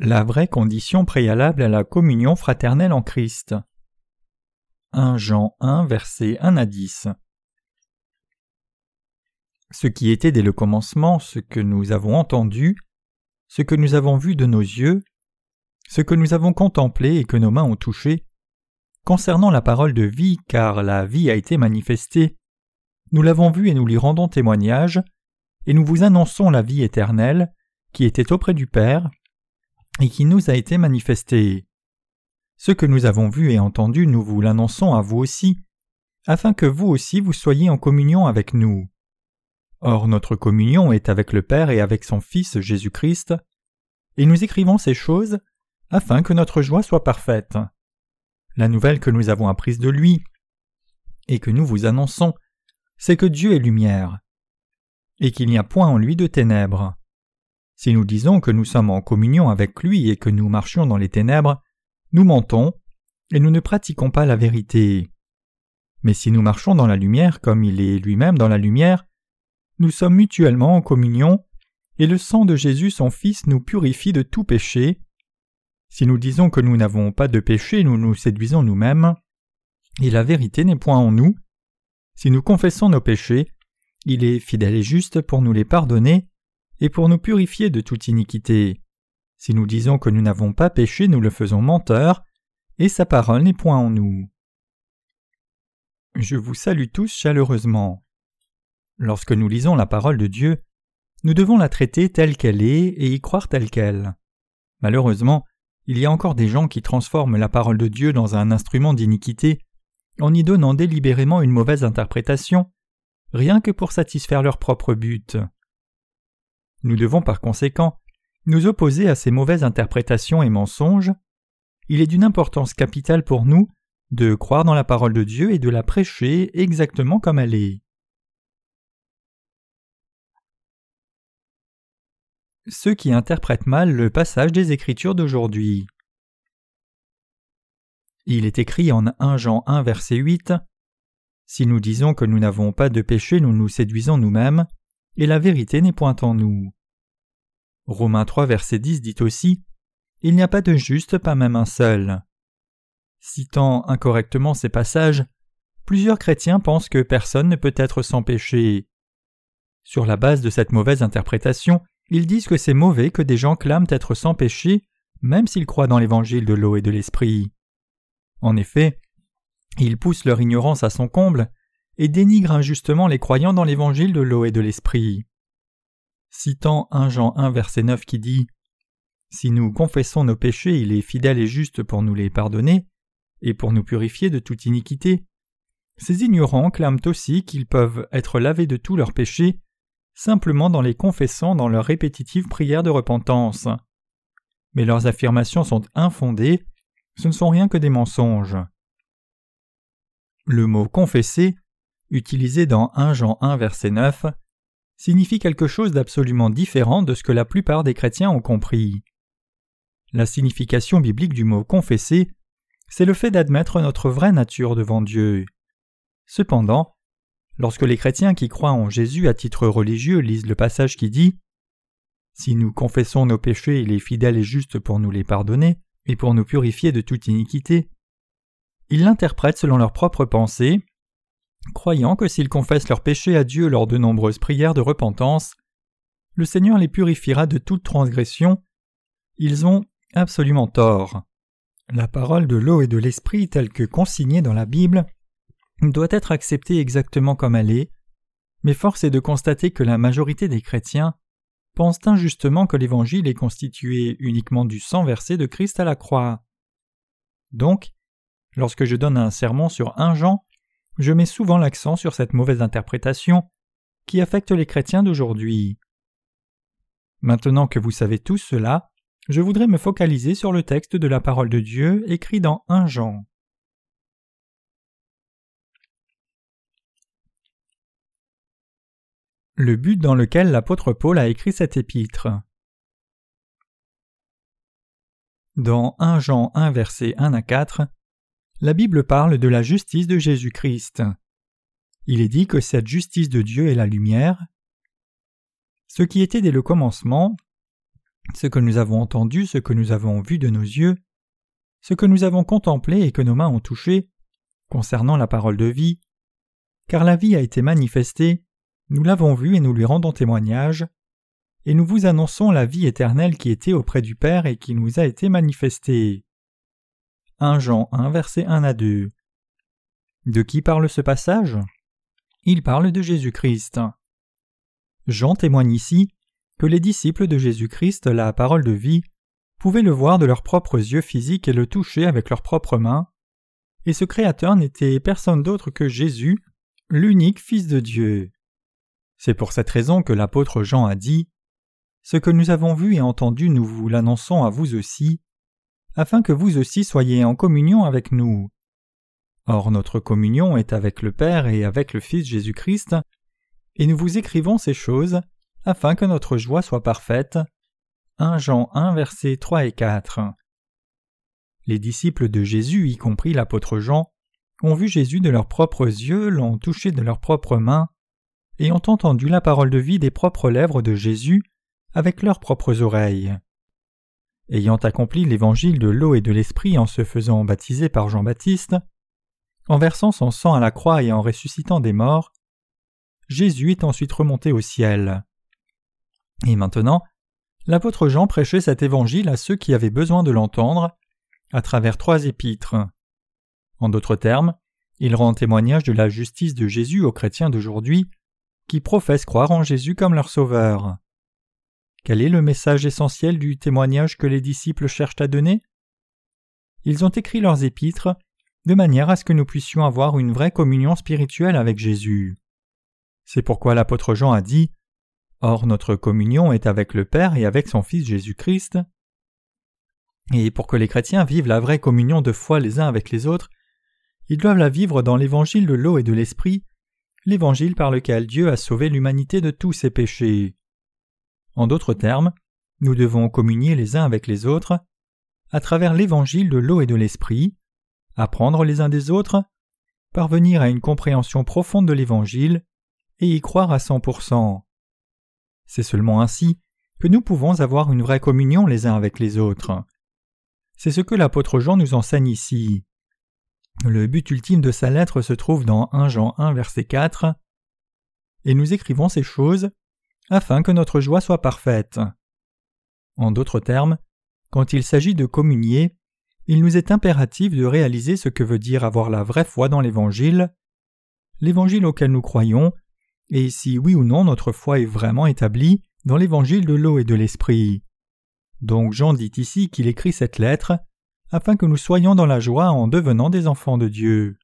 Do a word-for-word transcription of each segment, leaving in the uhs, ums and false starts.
La vraie condition préalable à la communion fraternelle en Christ. premier Jean un, versets un à dix. Ce qui était dès le commencement, ce que nous avons entendu, ce que nous avons vu de nos yeux, ce que nous avons contemplé et que nos mains ont touché, concernant la parole de vie, car la vie a été manifestée, nous l'avons vue et nous lui rendons témoignage, et nous vous annonçons la vie éternelle, qui était auprès du Père, et qui nous a été manifestée. Ce que nous avons vu et entendu, nous vous l'annonçons à vous aussi, afin que vous aussi vous soyez en communion avec nous. Or notre communion est avec le Père et avec son Fils Jésus-Christ, et nous écrivons ces choses afin que notre joie soit parfaite. La nouvelle que nous avons apprise de lui, et que nous vous annonçons, c'est que Dieu est lumière, et qu'il n'y a point en lui de ténèbres. Si nous disons que nous sommes en communion avec lui et que nous marchions dans les ténèbres, nous mentons, et nous ne pratiquons pas la vérité. Mais si nous marchons dans la lumière comme il est lui-même dans la lumière, nous sommes mutuellement en communion, et le sang de Jésus son Fils nous purifie de tout péché. Si nous disons que nous n'avons pas de péché, nous nous séduisons nous-mêmes, et la vérité n'est point en nous. Si nous confessons nos péchés, il est fidèle et juste pour nous les pardonner, et pour nous purifier de toute iniquité. Si nous disons que nous n'avons pas péché, nous le faisons menteur, et sa parole n'est point en nous. Je vous salue tous chaleureusement. Lorsque nous lisons la parole de Dieu, nous devons la traiter telle qu'elle est et y croire telle qu'elle. Malheureusement, il y a encore des gens qui transforment la parole de Dieu dans un instrument d'iniquité en y donnant délibérément une mauvaise interprétation, rien que pour satisfaire leur propre but. Nous devons par conséquent nous opposer à ces mauvaises interprétations et mensonges. Il est d'une importance capitale pour nous de croire dans la parole de Dieu et de la prêcher exactement comme elle est. Ceux qui interprètent mal le passage des Écritures d'aujourd'hui. Il est écrit en premier Jean un, verset huit, « Si nous disons que nous n'avons pas de péché, nous nous séduisons nous-mêmes, et la vérité n'est point en nous. » Romains trois, verset dix dit aussi « Il n'y a pas de juste, pas même un seul. » Citant incorrectement ces passages, plusieurs chrétiens pensent que personne ne peut être sans péché. Sur la base de cette mauvaise interprétation, ils disent que c'est mauvais que des gens clament être sans péché, même s'ils croient dans l'évangile de l'eau et de l'esprit. En effet, ils poussent leur ignorance à son comble et dénigrent injustement les croyants dans l'évangile de l'eau et de l'esprit. Citant premier Jean un, verset neuf qui dit « Si nous confessons nos péchés, il est fidèle et juste pour nous les pardonner et pour nous purifier de toute iniquité. » Ces ignorants clament aussi qu'ils peuvent être lavés de tous leurs péchés simplement dans les confessant dans leurs répétitives prières de repentance. Mais leurs affirmations sont infondées, ce ne sont rien que des mensonges. Le mot « confesser », utilisé dans premier Jean un, verset neuf, signifie quelque chose d'absolument différent de ce que la plupart des chrétiens ont compris. La signification biblique du mot « confesser », c'est le fait d'admettre notre vraie nature devant Dieu. Cependant, lorsque les chrétiens qui croient en Jésus à titre religieux lisent le passage qui dit « Si nous confessons nos péchés, il est fidèle et juste pour nous les pardonner et pour nous purifier de toute iniquité », ils l'interprètent selon leur propre pensée, croyant que s'ils confessent leurs péchés à Dieu lors de nombreuses prières de repentance, le Seigneur les purifiera de toute transgression. Ils ont absolument tort. La parole de l'eau et de l'esprit telle que consignée dans la Bible doit être acceptée exactement comme elle est, mais force est de constater que la majorité des chrétiens pensent injustement que l'Évangile est constitué uniquement du sang versé de Christ à la croix. Donc, lorsque je donne un sermon sur premier Jean, je mets souvent l'accent sur cette mauvaise interprétation qui affecte les chrétiens d'aujourd'hui. Maintenant que vous savez tout cela, je voudrais me focaliser sur le texte de la parole de Dieu écrit dans premier Jean. Le but dans lequel l'apôtre Paul a écrit cet épître. Dans premier Jean un, versets un à quatre, la Bible parle de la justice de Jésus-Christ. Il est dit que cette justice de Dieu est la lumière. Ce qui était dès le commencement, ce que nous avons entendu, ce que nous avons vu de nos yeux, ce que nous avons contemplé et que nos mains ont touché, concernant la parole de vie, car la vie a été manifestée, nous l'avons vue et nous lui rendons témoignage, et nous vous annonçons la vie éternelle qui était auprès du Père et qui nous a été manifestée. premier Jean un, versets un à deux. De qui parle ce passage ? Il parle de Jésus-Christ. Jean témoigne ici que les disciples de Jésus-Christ, la parole de vie, pouvaient le voir de leurs propres yeux physiques et le toucher avec leurs propres mains, et ce Créateur n'était personne d'autre que Jésus, l'unique Fils de Dieu. C'est pour cette raison que l'apôtre Jean a dit « Ce que nous avons vu et entendu, nous vous l'annonçons à vous aussi, afin que vous aussi soyez en communion avec nous. » Or notre communion est avec le Père et avec le Fils Jésus-Christ, et nous vous écrivons ces choses, afin que notre joie soit parfaite. premier Jean un, versets trois et quatre. Les disciples de Jésus, y compris l'apôtre Jean, ont vu Jésus de leurs propres yeux, l'ont touché de leurs propres mains, et ont entendu la parole de vie des propres lèvres de Jésus avec leurs propres oreilles. Ayant accompli l'évangile de l'eau et de l'esprit en se faisant baptiser par Jean-Baptiste, en versant son sang à la croix et en ressuscitant des morts, Jésus est ensuite remonté au ciel. Et maintenant, l'apôtre Jean prêchait cet évangile à ceux qui avaient besoin de l'entendre, à travers trois épîtres. En d'autres termes, il rend témoignage de la justice de Jésus aux chrétiens d'aujourd'hui, qui professent croire en Jésus comme leur sauveur. Quel est le message essentiel du témoignage que les disciples cherchent à donner ? Ils ont écrit leurs épîtres de manière à ce que nous puissions avoir une vraie communion spirituelle avec Jésus. C'est pourquoi l'apôtre Jean a dit « Or notre communion est avec le Père et avec son Fils Jésus-Christ. » Et pour que les chrétiens vivent la vraie communion de foi les uns avec les autres, ils doivent la vivre dans l'évangile de l'eau et de l'esprit, l'évangile par lequel Dieu a sauvé l'humanité de tous ses péchés. En d'autres termes, nous devons communier les uns avec les autres à travers l'évangile de l'eau et de l'esprit, apprendre les uns des autres, parvenir à une compréhension profonde de l'évangile et y croire à cent pour cent. C'est seulement ainsi que nous pouvons avoir une vraie communion les uns avec les autres. C'est ce que l'apôtre Jean nous enseigne ici. Le but ultime de sa lettre se trouve dans premier Jean un, verset quatre. « Et nous écrivons ces choses afin que notre joie soit parfaite. » En d'autres termes, quand il s'agit de communier, il nous est impératif de réaliser ce que veut dire avoir la vraie foi dans l'Évangile, l'Évangile auquel nous croyons, et si oui ou non notre foi est vraiment établie dans l'Évangile de l'eau et de l'Esprit. Donc Jean dit ici qu'il écrit cette lettre afin que nous soyons dans la joie en devenant des enfants de Dieu.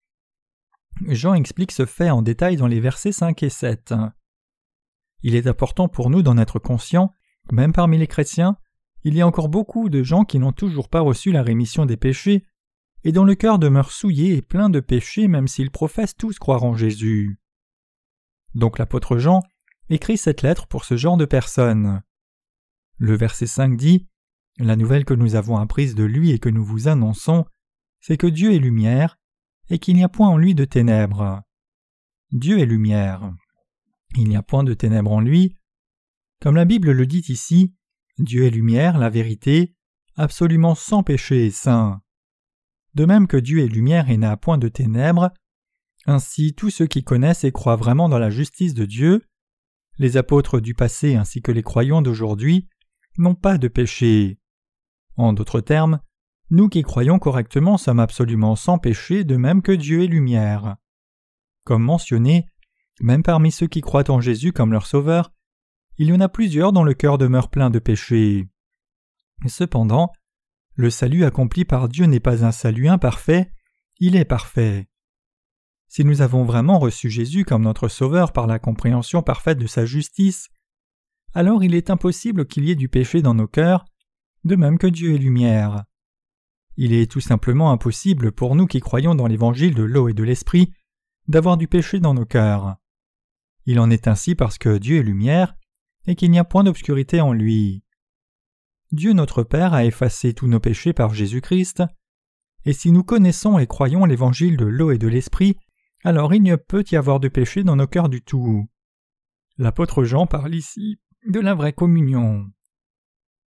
Jean explique ce fait en détail dans les versets cinq et sept. Il est important pour nous d'en être conscients, même parmi les chrétiens, il y a encore beaucoup de gens qui n'ont toujours pas reçu la rémission des péchés et dont le cœur demeure souillé et plein de péchés même s'ils professent tous croire en Jésus. Donc l'apôtre Jean écrit cette lettre pour ce genre de personnes. Le verset cinq dit « La nouvelle que nous avons apprise de lui et que nous vous annonçons, c'est que Dieu est lumière et qu'il n'y a point en lui de ténèbres. Dieu est lumière. Il n'y a point de ténèbres en lui. Comme la Bible le dit ici, Dieu est lumière, la vérité, absolument sans péché et saint. De même que Dieu est lumière et n'a point de ténèbres, ainsi tous ceux qui connaissent et croient vraiment dans la justice de Dieu, les apôtres du passé ainsi que les croyants d'aujourd'hui, n'ont pas de péché. En d'autres termes, nous qui croyons correctement sommes absolument sans péché, de même que Dieu est lumière. Comme mentionné, même parmi ceux qui croient en Jésus comme leur sauveur, il y en a plusieurs dont le cœur demeure plein de péchés. Cependant, le salut accompli par Dieu n'est pas un salut imparfait, il est parfait. Si nous avons vraiment reçu Jésus comme notre sauveur par la compréhension parfaite de sa justice, alors il est impossible qu'il y ait du péché dans nos cœurs, de même que Dieu est lumière. Il est tout simplement impossible pour nous qui croyons dans l'évangile de l'eau et de l'esprit d'avoir du péché dans nos cœurs. Il en est ainsi parce que Dieu est lumière et qu'il n'y a point d'obscurité en lui. Dieu notre Père a effacé tous nos péchés par Jésus-Christ, et si nous connaissons et croyons l'évangile de l'eau et de l'esprit, alors il ne peut y avoir de péché dans nos cœurs du tout. L'apôtre Jean parle ici de la vraie communion.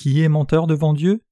qui est menteur devant Dieu?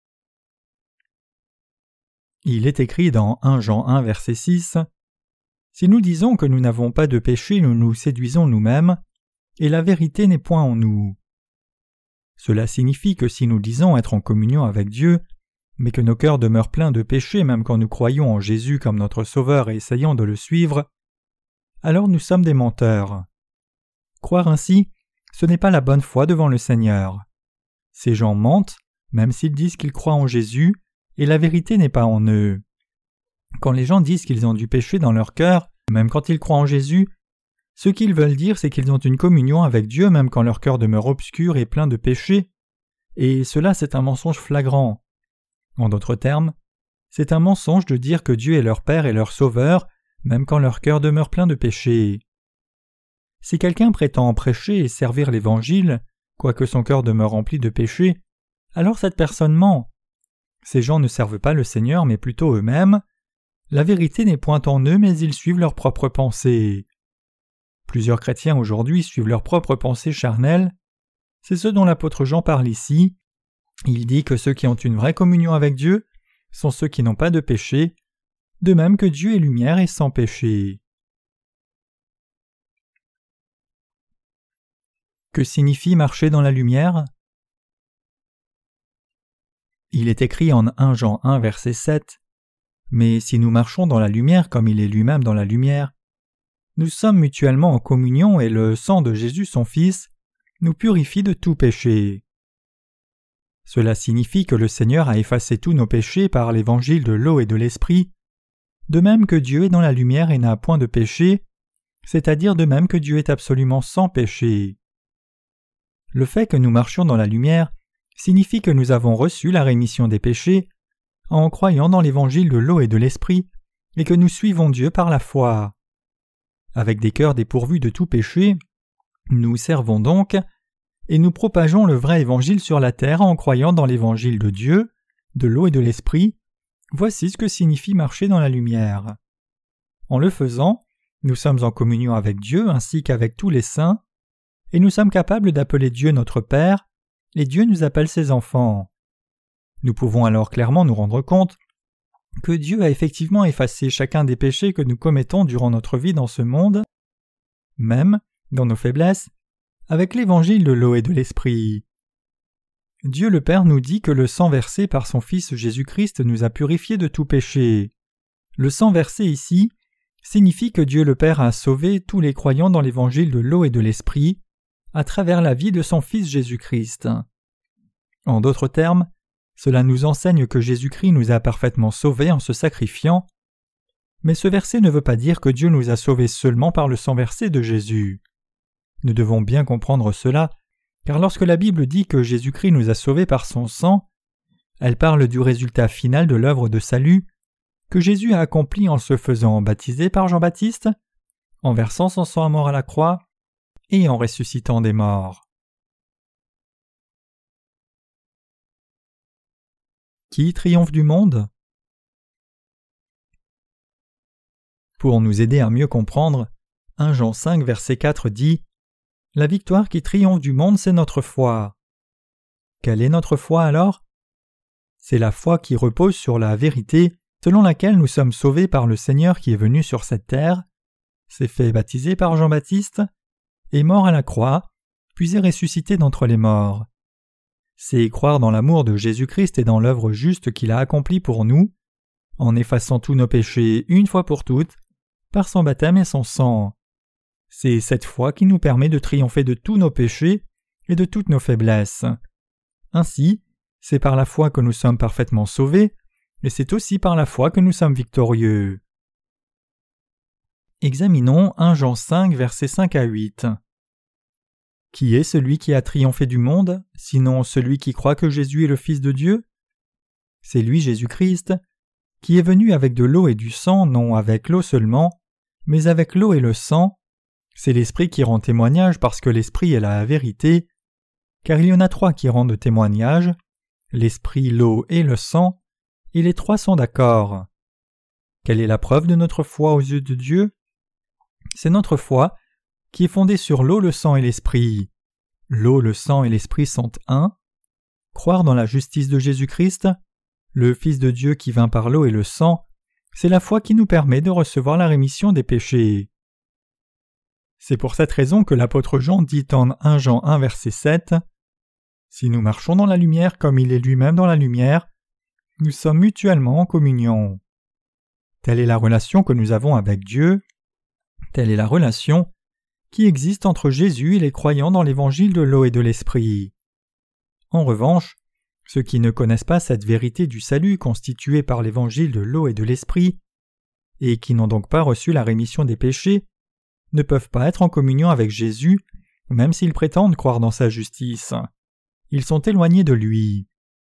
Il est écrit dans premier Jean un verset six « Si nous disons que nous n'avons pas de péché, nous nous séduisons nous-mêmes, et la vérité n'est point en nous. » Cela signifie que si nous disons être en communion avec Dieu, mais que nos cœurs demeurent pleins de péché même quand nous croyons en Jésus comme notre Sauveur et essayons de le suivre, alors nous sommes des menteurs. Croire ainsi, ce n'est pas la bonne foi devant le Seigneur. Ces gens mentent, même s'ils disent qu'ils croient en Jésus, et la vérité n'est pas en eux. Quand les gens disent qu'ils ont du péché dans leur cœur, même quand ils croient en Jésus, ce qu'ils veulent dire c'est qu'ils ont une communion avec Dieu même quand leur cœur demeure obscur et plein de péché, et cela c'est un mensonge flagrant. En d'autres termes, c'est un mensonge de dire que Dieu est leur Père et leur Sauveur, même quand leur cœur demeure plein de péché. Si quelqu'un prétend prêcher et servir l'Évangile, quoique son cœur demeure rempli de péché, alors cette personne ment. Ces gens ne servent pas le Seigneur mais plutôt eux-mêmes. La vérité n'est point en eux mais ils suivent leurs propres pensées. Plusieurs chrétiens aujourd'hui suivent leurs propres pensées charnelles. C'est ce dont l'apôtre Jean parle ici. Il dit que ceux qui ont une vraie communion avec Dieu sont ceux qui n'ont pas de péché, de même que Dieu est lumière et sans péché. Que signifie marcher dans la lumière? Il est écrit en premier Jean un verset sept « Mais si nous marchons dans la lumière comme il est lui-même dans la lumière, nous sommes mutuellement en communion et le sang de Jésus son Fils nous purifie de tout péché. » Cela signifie que le Seigneur a effacé tous nos péchés par l'évangile de l'eau et de l'esprit, de même que Dieu est dans la lumière et n'a point de péché, c'est-à-dire de même que Dieu est absolument sans péché. Le fait que nous marchions dans la lumière signifie que nous avons reçu la rémission des péchés en croyant dans l'évangile de l'eau et de l'esprit et que nous suivons Dieu par la foi. Avec des cœurs dépourvus de tout péché, nous servons donc et nous propageons le vrai évangile sur la terre en croyant dans l'évangile de Dieu, de l'eau et de l'esprit. Voici ce que signifie marcher dans la lumière. En le faisant, nous sommes en communion avec Dieu ainsi qu'avec tous les saints, et nous sommes capables d'appeler Dieu notre Père, et Dieu nous appelle ses enfants. Nous pouvons alors clairement nous rendre compte que Dieu a effectivement effacé chacun des péchés que nous commettons durant notre vie dans ce monde, même dans nos faiblesses, avec l'évangile de l'eau et de l'esprit. Dieu le Père nous dit que le sang versé par son Fils Jésus-Christ nous a purifiés de tout péché. Le sang versé ici signifie que Dieu le Père a sauvé tous les croyants dans l'évangile de l'eau et de l'esprit à travers la vie de son Fils Jésus-Christ. En d'autres termes, cela nous enseigne que Jésus-Christ nous a parfaitement sauvés en se sacrifiant, mais ce verset ne veut pas dire que Dieu nous a sauvés seulement par le sang versé de Jésus. Nous devons bien comprendre cela, car lorsque la Bible dit que Jésus-Christ nous a sauvés par son sang, elle parle du résultat final de l'œuvre de salut que Jésus a accompli en se faisant baptiser par Jean-Baptiste, en versant son sang à mort à la croix et en ressuscitant des morts. Qui triomphe du monde? Pour nous aider à mieux comprendre, premier Jean cinq verset quatre dit « La victoire qui triomphe du monde, c'est notre foi. » Quelle est notre foi alors? C'est la foi qui repose sur la vérité selon laquelle nous sommes sauvés par le Seigneur qui est venu sur cette terre, s'est fait baptiser par Jean-Baptiste, est mort à la croix, puis est ressuscité d'entre les morts. C'est croire dans l'amour de Jésus-Christ et dans l'œuvre juste qu'il a accomplie pour nous, en effaçant tous nos péchés une fois pour toutes, par son baptême et son sang. C'est cette foi qui nous permet de triompher de tous nos péchés et de toutes nos faiblesses. Ainsi, c'est par la foi que nous sommes parfaitement sauvés, et c'est aussi par la foi que nous sommes victorieux. Examinons premier Jean cinq, versets cinq à huit. Qui est celui qui a triomphé du monde, sinon celui qui croit que Jésus est le Fils de Dieu? C'est lui, Jésus-Christ, qui est venu avec de l'eau et du sang, non avec l'eau seulement, mais avec l'eau et le sang. C'est l'Esprit qui rend témoignage parce que l'Esprit est la vérité, car il y en a trois qui rendent témoignage, l'Esprit, l'eau et le sang, et les trois sont d'accord. Quelle est la preuve de notre foi aux yeux de Dieu? C'est notre foi qui est fondée sur l'eau, le sang et l'Esprit. L'eau, le sang et l'Esprit sont un. Croire dans la justice de Jésus-Christ, le Fils de Dieu qui vint par l'eau et le sang, c'est la foi qui nous permet de recevoir la rémission des péchés. C'est pour cette raison que l'apôtre Jean dit en premier Jean un verset sept « Si nous marchons dans la lumière comme il est lui-même dans la lumière, nous sommes mutuellement en communion. » Telle est la relation que nous avons avec Dieu, telle est la relation qui existe entre Jésus et les croyants dans l'évangile de l'eau et de l'esprit. En revanche, ceux qui ne connaissent pas cette vérité du salut constituée par l'évangile de l'eau et de l'esprit, et qui n'ont donc pas reçu la rémission des péchés, ne peuvent pas être en communion avec Jésus, même s'ils prétendent croire dans sa justice. Ils sont éloignés de lui.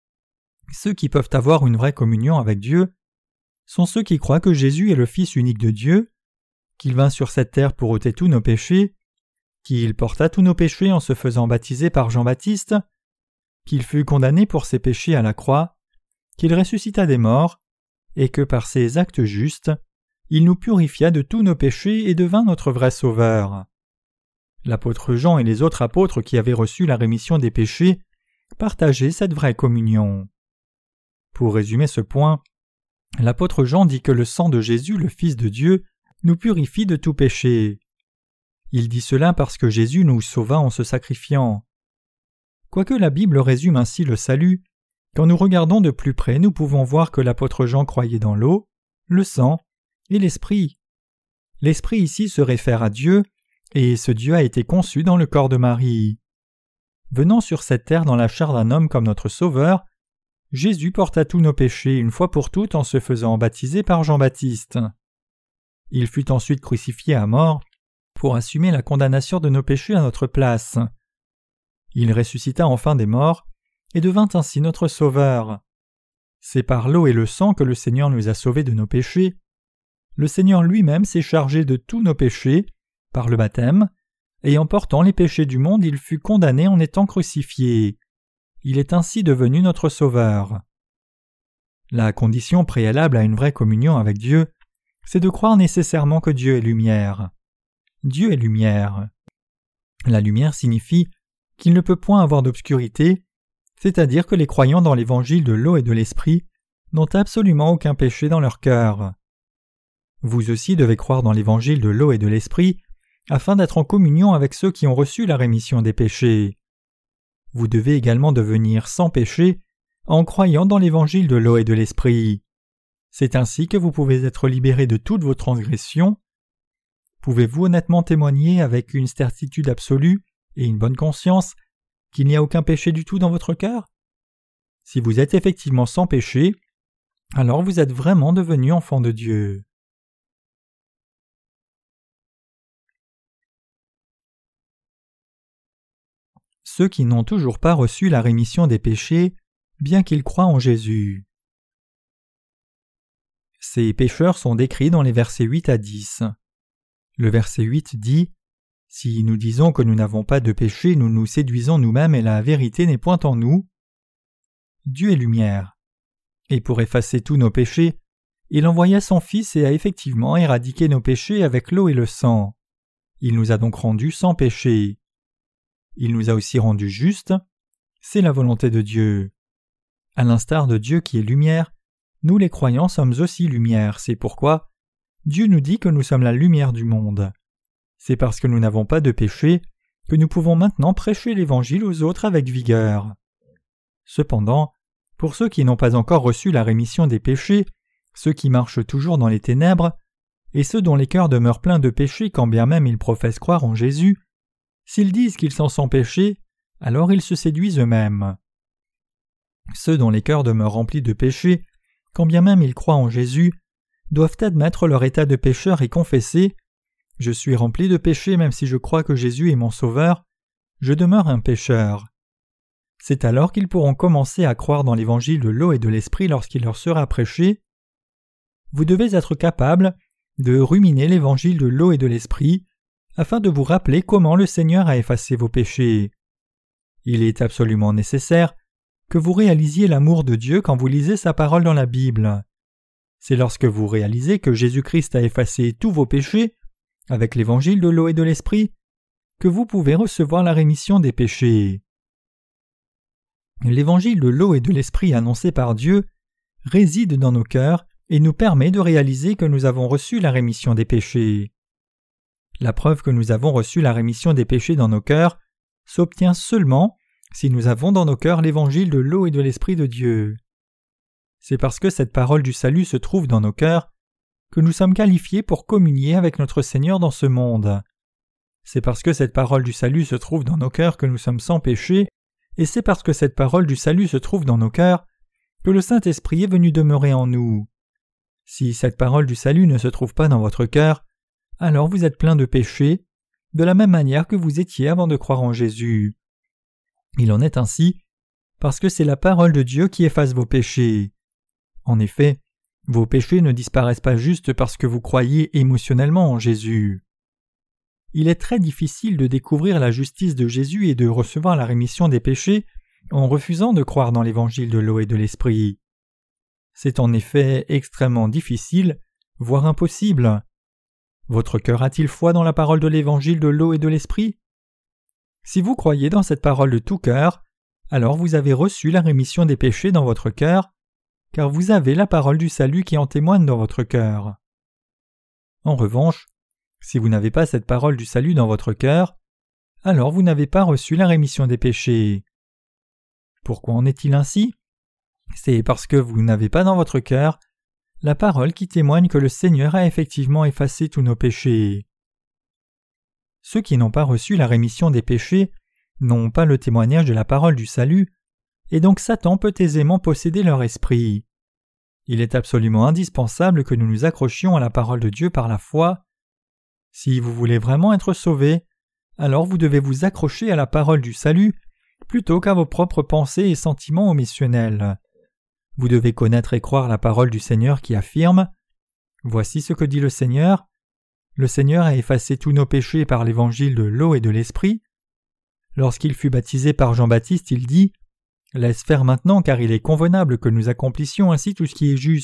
Ceux qui peuvent avoir une vraie communion avec Dieu sont ceux qui croient que Jésus est le Fils unique de Dieu, qu'il vint sur cette terre pour ôter tous nos péchés, qu'il porta tous nos péchés en se faisant baptiser par Jean-Baptiste, qu'il fut condamné pour ses péchés à la croix, qu'il ressuscita des morts, et que par ses actes justes, il nous purifia de tous nos péchés et devint notre vrai Sauveur. L'apôtre Jean et les autres apôtres qui avaient reçu la rémission des péchés partageaient cette vraie communion. Pour résumer ce point, l'apôtre Jean dit que le sang de Jésus, le Fils de Dieu, nous purifie de tout péché. Il dit cela parce que Jésus nous sauva en se sacrifiant. Quoique la Bible résume ainsi le salut, quand nous regardons de plus près, nous pouvons voir que l'apôtre Jean croyait dans l'eau, le sang et l'esprit. L'esprit ici se réfère à Dieu, et ce Dieu a été conçu dans le corps de Marie. Venant sur cette terre dans la chair d'un homme comme notre Sauveur, Jésus porta tous nos péchés une fois pour toutes en se faisant baptiser par Jean-Baptiste. Il fut ensuite crucifié à mort pour assumer la condamnation de nos péchés à notre place. Il ressuscita enfin des morts et devint ainsi notre Sauveur. C'est par l'eau et le sang que le Seigneur nous a sauvés de nos péchés. Le Seigneur lui-même s'est chargé de tous nos péchés par le baptême, et en portant les péchés du monde, il fut condamné en étant crucifié. Il est ainsi devenu notre Sauveur. La condition préalable à une vraie communion avec Dieu, c'est de croire nécessairement que Dieu est lumière. Dieu est lumière. La lumière signifie qu'il ne peut point avoir d'obscurité, c'est-à-dire que les croyants dans l'évangile de l'eau et de l'esprit n'ont absolument aucun péché dans leur cœur. Vous aussi devez croire dans l'évangile de l'eau et de l'esprit afin d'être en communion avec ceux qui ont reçu la rémission des péchés. Vous devez également devenir sans péché en croyant dans l'évangile de l'eau et de l'esprit. C'est ainsi que vous pouvez être libérés de toutes vos transgressions. Pouvez-vous honnêtement témoigner avec une certitude absolue et une bonne conscience qu'il n'y a aucun péché du tout dans votre cœur? Si vous êtes effectivement sans péché, alors vous êtes vraiment devenu enfant de Dieu. Ceux qui n'ont toujours pas reçu la rémission des péchés, bien qu'ils croient en Jésus. Ces pécheurs sont décrits dans les versets huit à dix. Le verset huit dit « Si nous disons que nous n'avons pas de péché, nous nous séduisons nous-mêmes et la vérité n'est point en nous. Dieu est lumière. Et pour effacer tous nos péchés, il envoya son Fils et a effectivement éradiqué nos péchés avec l'eau et le sang. Il nous a donc rendus sans péché. Il nous a aussi rendus justes. C'est la volonté de Dieu. À l'instar de Dieu qui est lumière, nous les croyants sommes aussi lumière. C'est pourquoi Dieu nous dit que nous sommes la lumière du monde. C'est parce que nous n'avons pas de péché que nous pouvons maintenant prêcher l'Évangile aux autres avec vigueur. Cependant, pour ceux qui n'ont pas encore reçu la rémission des péchés, ceux qui marchent toujours dans les ténèbres, et ceux dont les cœurs demeurent pleins de péchés quand bien même ils professent croire en Jésus, s'ils disent qu'ils sont sans péché, alors ils se séduisent eux-mêmes. Ceux dont les cœurs demeurent remplis de péchés, quand bien même ils croient en Jésus, doivent admettre leur état de pécheur et confesser « Je suis rempli de péchés même si je crois que Jésus est mon Sauveur, je demeure un pécheur. » C'est alors qu'ils pourront commencer à croire dans l'évangile de l'eau et de l'esprit lorsqu'il leur sera prêché. Vous devez être capable de ruminer l'évangile de l'eau et de l'esprit afin de vous rappeler comment le Seigneur a effacé vos péchés. Il est absolument nécessaire que vous réalisiez l'amour de Dieu quand vous lisez sa parole dans la Bible. C'est lorsque vous réalisez que Jésus-Christ a effacé tous vos péchés avec l'évangile de l'eau et de l'esprit que vous pouvez recevoir la rémission des péchés. l'évangile de l'eau et de l'esprit annoncé par Dieu réside dans nos cœurs et nous permet de réaliser que nous avons reçu la rémission des péchés. La preuve que nous avons reçu la rémission des péchés dans nos cœurs s'obtient seulement si nous avons dans nos cœurs l'évangile de l'eau et de l'esprit de Dieu. C'est parce que cette parole du salut se trouve dans nos cœurs que nous sommes qualifiés pour communier avec notre Seigneur dans ce monde. C'est parce que cette parole du salut se trouve dans nos cœurs que nous sommes sans péché, et c'est parce que cette parole du salut se trouve dans nos cœurs que le Saint-Esprit est venu demeurer en nous. Si cette parole du salut ne se trouve pas dans votre cœur, alors vous êtes plein de péchés, de la même manière que vous étiez avant de croire en Jésus. Il en est ainsi parce que c'est la parole de Dieu qui efface vos péchés. En effet, vos péchés ne disparaissent pas juste parce que vous croyez émotionnellement en Jésus. Il est très difficile de découvrir la justice de Jésus et de recevoir la rémission des péchés en refusant de croire dans l'évangile de l'eau et de l'esprit. C'est en effet extrêmement difficile, voire impossible. Votre cœur a-t-il foi dans la parole de l'évangile de l'eau et de l'esprit ? Si vous croyez dans cette parole de tout cœur, alors vous avez reçu la rémission des péchés dans votre cœur, car vous avez la parole du salut qui en témoigne dans votre cœur. En revanche, si vous n'avez pas cette parole du salut dans votre cœur, alors vous n'avez pas reçu la rémission des péchés. Pourquoi en est-il ainsi ? C'est parce que vous n'avez pas dans votre cœur la parole qui témoigne que le Seigneur a effectivement effacé tous nos péchés. Ceux qui n'ont pas reçu la rémission des péchés n'ont pas le témoignage de la parole du salut, et donc Satan peut aisément posséder leur esprit. Il est absolument indispensable que nous nous accrochions à la parole de Dieu par la foi. Si vous voulez vraiment être sauvés, alors vous devez vous accrocher à la parole du salut plutôt qu'à vos propres pensées et sentiments omissionnels. Vous devez connaître et croire la parole du Seigneur qui affirme « Voici ce que dit le Seigneur. Le Seigneur a effacé tous nos péchés par l'évangile de l'eau et de l'esprit. » Lorsqu'il fut baptisé par Jean-Baptiste, il dit « Laisse faire maintenant, car il est convenable que nous accomplissions ainsi tout ce qui est juste. »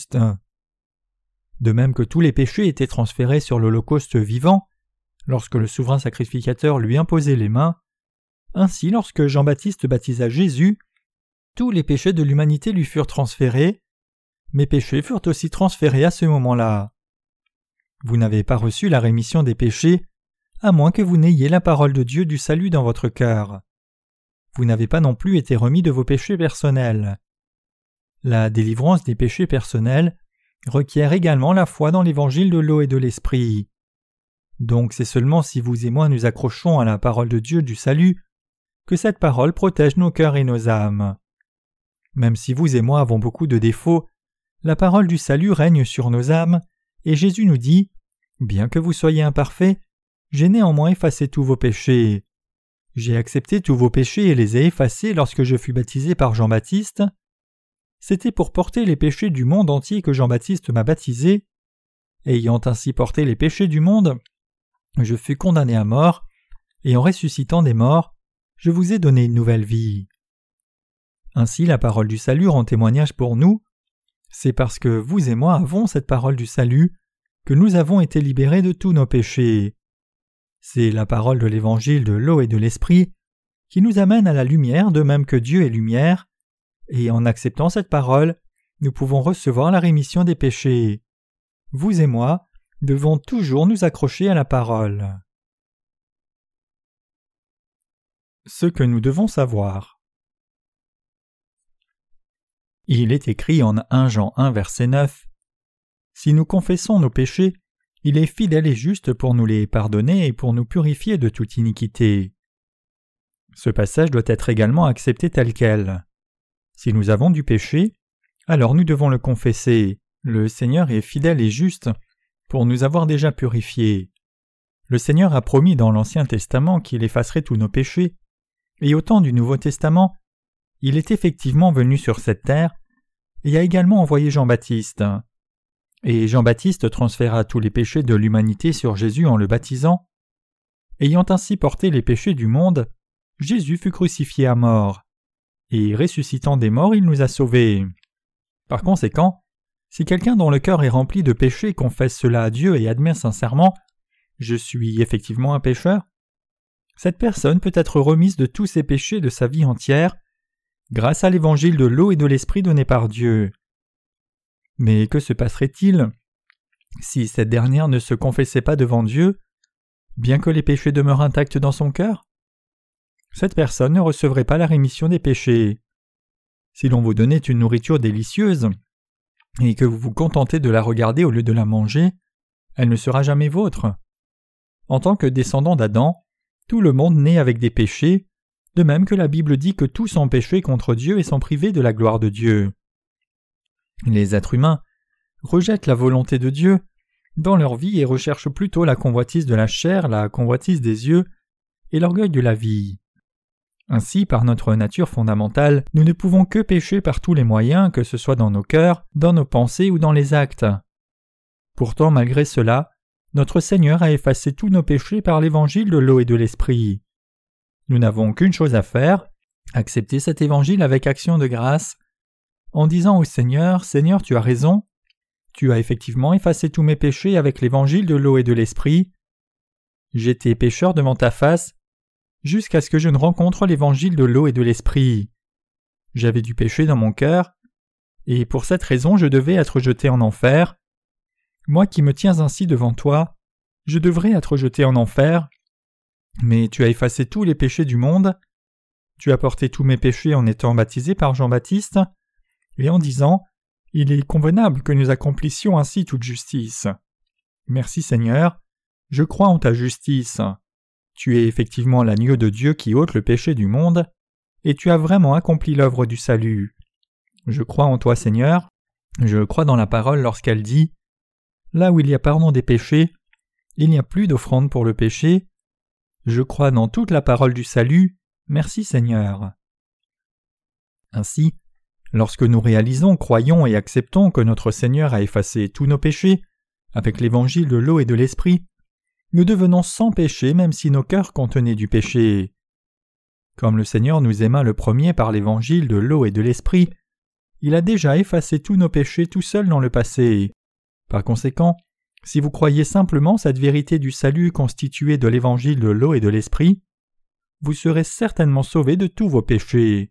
De même que tous les péchés étaient transférés sur l'Holocauste vivant, lorsque le souverain sacrificateur lui imposait les mains, ainsi lorsque Jean-Baptiste baptisa Jésus, tous les péchés de l'humanité lui furent transférés. Mes péchés furent aussi transférés à ce moment-là. Vous n'avez pas reçu la rémission des péchés, à moins que vous n'ayez la parole de Dieu du salut dans votre cœur. Vous n'avez pas non plus été remis de vos péchés personnels. La délivrance des péchés personnels requiert également la foi dans l'évangile de l'eau et de l'esprit. Donc c'est seulement si vous et moi nous accrochons à la parole de Dieu du salut que cette parole protège nos cœurs et nos âmes. Même si vous et moi avons beaucoup de défauts, la parole du salut règne sur nos âmes, et Jésus nous dit « Bien que vous soyez imparfaits, j'ai néanmoins effacé tous vos péchés. J'ai accepté tous vos péchés et les ai effacés lorsque je fus baptisé par Jean-Baptiste. C'était pour porter les péchés du monde entier que Jean-Baptiste m'a baptisé. Ayant ainsi porté les péchés du monde, je fus condamné à mort, et en ressuscitant des morts, je vous ai donné une nouvelle vie. » Ainsi la parole du salut rend témoignage pour nous. C'est parce que vous et moi avons cette parole du salut que nous avons été libérés de tous nos péchés. C'est la parole de l'évangile de l'eau et de l'esprit qui nous amène à la lumière de même que Dieu est lumière, et en acceptant cette parole, nous pouvons recevoir la rémission des péchés. Vous et moi devons toujours nous accrocher à la parole. Ce que nous devons savoir. Il est écrit en premier Jean un verset neuf « Si nous confessons nos péchés, il est fidèle et juste pour nous les pardonner et pour nous purifier de toute iniquité. » Ce passage doit être également accepté tel quel. Si nous avons du péché, alors nous devons le confesser. Le Seigneur est fidèle et juste pour nous avoir déjà purifiés. Le Seigneur a promis dans l'Ancien Testament qu'il effacerait tous nos péchés, et au temps du Nouveau Testament, il est effectivement venu sur cette terre et a également envoyé Jean-Baptiste. Et Jean-Baptiste transféra tous les péchés de l'humanité sur Jésus en le baptisant. Ayant ainsi porté les péchés du monde, Jésus fut crucifié à mort. Et ressuscitant des morts, il nous a sauvés. Par conséquent, si quelqu'un dont le cœur est rempli de péchés confesse cela à Dieu et admet sincèrement « Je suis effectivement un pécheur », cette personne peut être remise de tous ses péchés de sa vie entière, grâce à l'évangile de l'eau et de l'esprit donné par Dieu. Mais que se passerait-il si cette dernière ne se confessait pas devant Dieu, bien que les péchés demeurent intacts dans son cœur? Cette personne ne recevrait pas la rémission des péchés. Si l'on vous donnait une nourriture délicieuse, et que vous vous contentez de la regarder au lieu de la manger, elle ne sera jamais vôtre. En tant que descendant d'Adam, tout le monde naît avec des péchés, de même que la Bible dit que tous ont péché contre Dieu et sont privés de la gloire de Dieu. Les êtres humains rejettent la volonté de Dieu dans leur vie et recherchent plutôt la convoitise de la chair, la convoitise des yeux et l'orgueil de la vie. Ainsi, par notre nature fondamentale, nous ne pouvons que pécher par tous les moyens, que ce soit dans nos cœurs, dans nos pensées ou dans les actes. Pourtant, malgré cela, notre Seigneur a effacé tous nos péchés par l'évangile de l'eau et de l'esprit. Nous n'avons qu'une chose à faire, accepter cet évangile avec action de grâce, en disant au Seigneur, « Seigneur, tu as raison, tu as effectivement effacé tous mes péchés avec l'évangile de l'eau et de l'esprit. J'étais pécheur devant ta face, jusqu'à ce que je ne rencontre l'évangile de l'eau et de l'esprit. J'avais du péché dans mon cœur, et pour cette raison je devais être jeté en enfer. Moi qui me tiens ainsi devant toi, je devrais être jeté en enfer. Mais tu as effacé tous les péchés du monde. Tu as porté tous mes péchés en étant baptisé par Jean-Baptiste, et en disant « Il est convenable que nous accomplissions ainsi toute justice. » Merci Seigneur, je crois en ta justice. Tu es effectivement l'agneau de Dieu qui ôte le péché du monde, et tu as vraiment accompli l'œuvre du salut. Je crois en toi Seigneur, je crois dans la parole lorsqu'elle dit « Là où il y a pardon des péchés, il n'y a plus d'offrande pour le péché. Je crois dans toute la parole du salut, merci Seigneur. » Ainsi, lorsque nous réalisons, croyons et acceptons que notre Seigneur a effacé tous nos péchés, avec l'évangile de l'eau et de l'esprit, nous devenons sans péché même si nos cœurs contenaient du péché. Comme le Seigneur nous aima le premier par l'évangile de l'eau et de l'esprit, il a déjà effacé tous nos péchés tout seul dans le passé. Par conséquent, si vous croyez simplement cette vérité du salut constituée de l'évangile de l'eau et de l'esprit, vous serez certainement sauvés de tous vos péchés.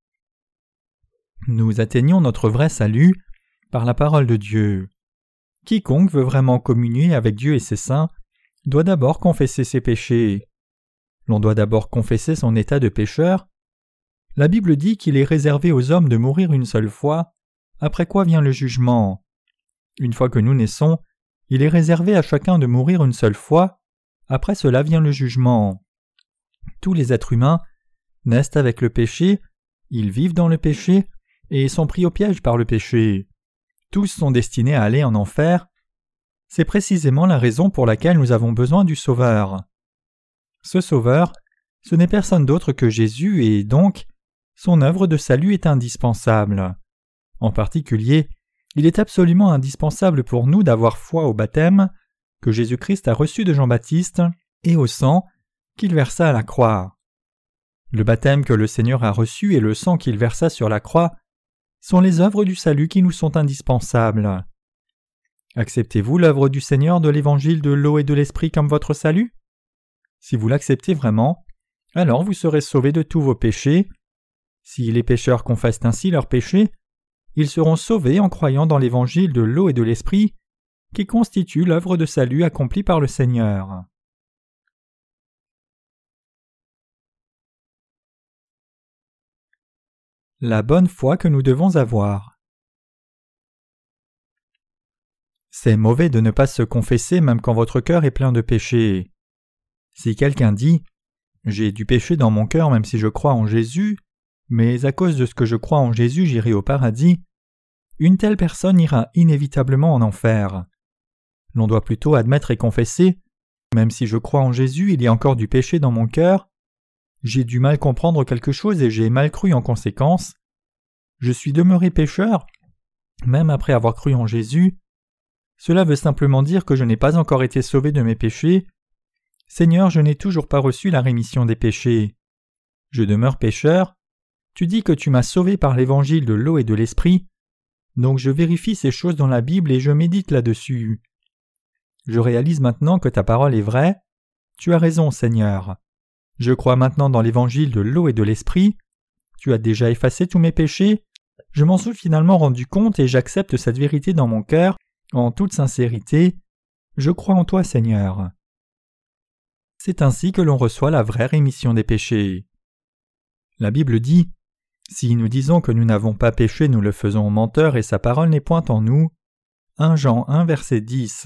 Nous atteignons notre vrai salut par la parole de Dieu. Quiconque veut vraiment communier avec Dieu et ses saints doit d'abord confesser ses péchés. L'on doit d'abord confesser son état de pécheur. La Bible dit qu'il est réservé aux hommes de mourir une seule fois, après quoi vient le jugement. Une fois que nous naissons, il est réservé à chacun de mourir une seule fois, après cela vient le jugement. Tous les êtres humains naissent avec le péché, ils vivent dans le péché et sont pris au piège par le péché. Tous sont destinés à aller en enfer. C'est précisément la raison pour laquelle nous avons besoin du Sauveur. Ce Sauveur, ce n'est personne d'autre que Jésus et donc, son œuvre de salut est indispensable. En particulier, il est absolument indispensable pour nous d'avoir foi au baptême que Jésus-Christ a reçu de Jean-Baptiste et au sang qu'il versa à la croix. Le baptême que le Seigneur a reçu et le sang qu'il versa sur la croix sont les œuvres du salut qui nous sont indispensables. Acceptez-vous l'œuvre du Seigneur de l'évangile de l'eau et de l'esprit comme votre salut? Si vous l'acceptez vraiment, alors vous serez sauvés de tous vos péchés. Si les pécheurs confessent ainsi leurs péchés, ils seront sauvés en croyant dans l'évangile de l'eau et de l'esprit qui constitue l'œuvre de salut accomplie par le Seigneur. La bonne foi que nous devons avoir. C'est mauvais de ne pas se confesser même quand votre cœur est plein de péché. Si quelqu'un dit « J'ai du péché dans mon cœur même si je crois en Jésus, mais à cause de ce que je crois en Jésus j'irai au paradis », une telle personne ira inévitablement en enfer. L'on doit plutôt admettre et confesser « Même si je crois en Jésus, il y a encore du péché dans mon cœur. J'ai du mal comprendre quelque chose et j'ai mal cru en conséquence. Je suis demeuré pécheur, même après avoir cru en Jésus. Cela veut simplement dire que je n'ai pas encore été sauvé de mes péchés. Seigneur, je n'ai toujours pas reçu la rémission des péchés. Je demeure pécheur. Tu dis que tu m'as sauvé par l'évangile de l'eau et de l'esprit. Donc je vérifie ces choses dans la Bible et je médite là-dessus. Je réalise maintenant que ta parole est vraie. Tu as raison, Seigneur. Je crois maintenant dans l'évangile de l'eau et de l'esprit. tu as déjà effacé tous mes péchés. Je m'en suis finalement rendu compte et j'accepte cette vérité dans mon cœur, en toute sincérité. Je crois en toi, Seigneur. C'est ainsi que l'on reçoit la vraie rémission des péchés. La Bible dit « Si nous disons que nous n'avons pas péché, nous le faisons menteur et sa parole n'est point en nous. » premier Jean un, verset dix.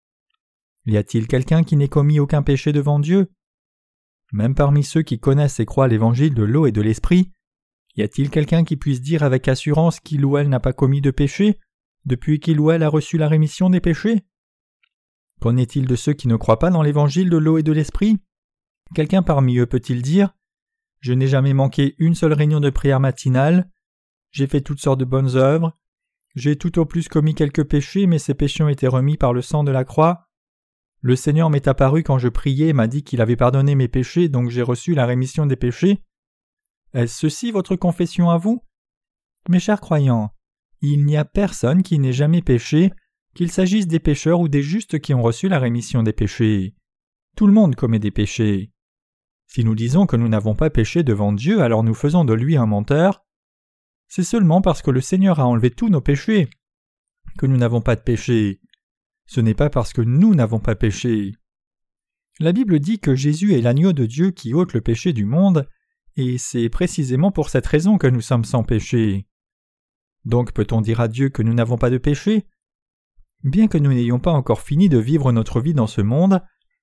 Y a-t-il quelqu'un qui n'ait commis aucun péché devant Dieu? Même parmi ceux qui connaissent et croient l'évangile de l'eau et de l'esprit, y a-t-il quelqu'un qui puisse dire avec assurance qu'il ou elle n'a pas commis de péché, depuis qu'il ou elle a reçu la rémission des péchés? Qu'en est-il de ceux qui ne croient pas dans l'évangile de l'eau et de l'esprit? Quelqu'un parmi eux peut-il dire « Je n'ai jamais manqué une seule réunion de prière matinale, j'ai fait toutes sortes de bonnes œuvres, j'ai tout au plus commis quelques péchés, mais ces péchés ont été remis par le sang de la croix. Le Seigneur m'est apparu quand je priais et m'a dit qu'il avait pardonné mes péchés, donc j'ai reçu la rémission des péchés. Est-ce ceci votre confession à vous? Mes chers croyants, il n'y a personne qui n'ait jamais péché, qu'il s'agisse des pécheurs ou des justes qui ont reçu la rémission des péchés. Tout le monde commet des péchés. Si nous disons que nous n'avons pas péché devant Dieu, alors nous faisons de lui un menteur. C'est seulement parce que le Seigneur a enlevé tous nos péchés que nous n'avons pas de péché. Ce n'est pas parce que nous n'avons pas péché. La Bible dit que Jésus est l'agneau de Dieu qui ôte le péché du monde, et c'est précisément pour cette raison que nous sommes sans péché. Donc peut-on dire à Dieu que nous n'avons pas de péché? Bien que nous n'ayons pas encore fini de vivre notre vie dans ce monde,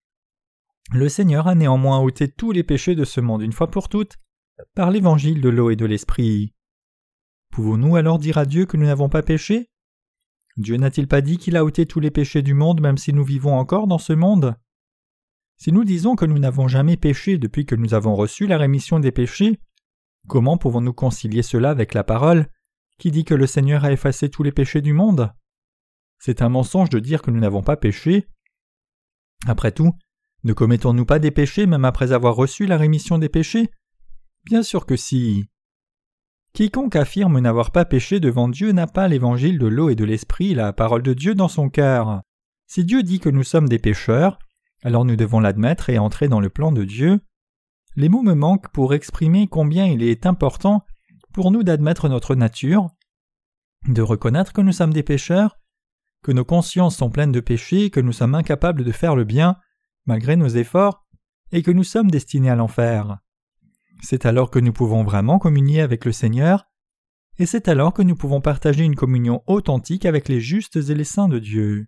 le Seigneur a néanmoins ôté tous les péchés de ce monde une fois pour toutes par l'évangile de l'eau et de l'esprit. Pouvons-nous alors dire à Dieu que nous n'avons pas péché? Dieu n'a-t-il pas dit qu'il a ôté tous les péchés du monde même si nous vivons encore dans ce monde? Si nous disons que nous n'avons jamais péché depuis que nous avons reçu la rémission des péchés, comment pouvons-nous concilier cela avec la parole qui dit que le Seigneur a effacé tous les péchés du monde? C'est un mensonge de dire que nous n'avons pas péché. Après tout, ne commettons-nous pas des péchés même après avoir reçu la rémission des péchés? Bien sûr que si. Quiconque affirme n'avoir pas péché devant Dieu n'a pas l'évangile de l'eau et de l'esprit, la parole de Dieu dans son cœur. Si Dieu dit que nous sommes des pécheurs, alors nous devons l'admettre et entrer dans le plan de Dieu. Les mots me manquent pour exprimer combien il est important pour nous d'admettre notre nature, de reconnaître que nous sommes des pécheurs, que nos consciences sont pleines de péchés, que nous sommes incapables de faire le bien, malgré nos efforts, et que nous sommes destinés à l'enfer. C'est alors que nous pouvons vraiment communier avec le Seigneur, et c'est alors que nous pouvons partager une communion authentique avec les justes et les saints de Dieu.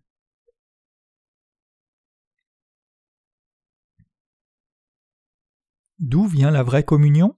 D'où vient la vraie communion?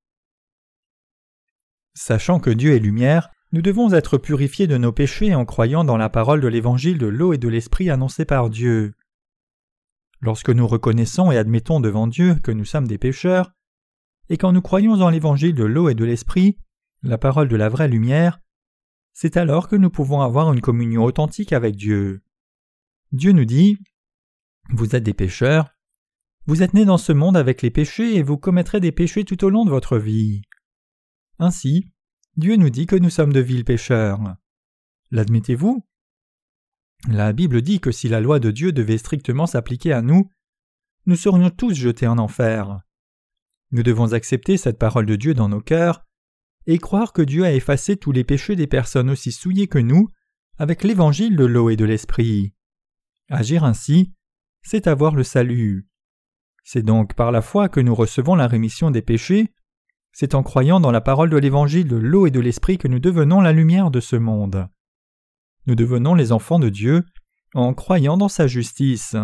Sachant que Dieu est lumière, nous devons être purifiés de nos péchés en croyant dans la parole de l'évangile de l'eau et de l'esprit annoncé par Dieu. Lorsque nous reconnaissons et admettons devant Dieu que nous sommes des pécheurs, et quand nous croyons en l'évangile de l'eau et de l'esprit, la parole de la vraie lumière, c'est alors que nous pouvons avoir une communion authentique avec Dieu. Dieu nous dit « Vous êtes des pécheurs, vous êtes nés dans ce monde avec les péchés et vous commettrez des péchés tout au long de votre vie. » Ainsi, Dieu nous dit que nous sommes de vils pécheurs. L'admettez-vous? La Bible dit que si la loi de Dieu devait strictement s'appliquer à nous, nous serions tous jetés en enfer. Nous devons accepter cette parole de Dieu dans nos cœurs et croire que Dieu a effacé tous les péchés des personnes aussi souillées que nous avec l'évangile de l'eau et de l'esprit. Agir ainsi, c'est avoir le salut. C'est donc par la foi que nous recevons la rémission des péchés, c'est en croyant dans la parole de l'évangile de l'eau et de l'esprit que nous devenons la lumière de ce monde. Nous devenons les enfants de Dieu en croyant dans sa justice.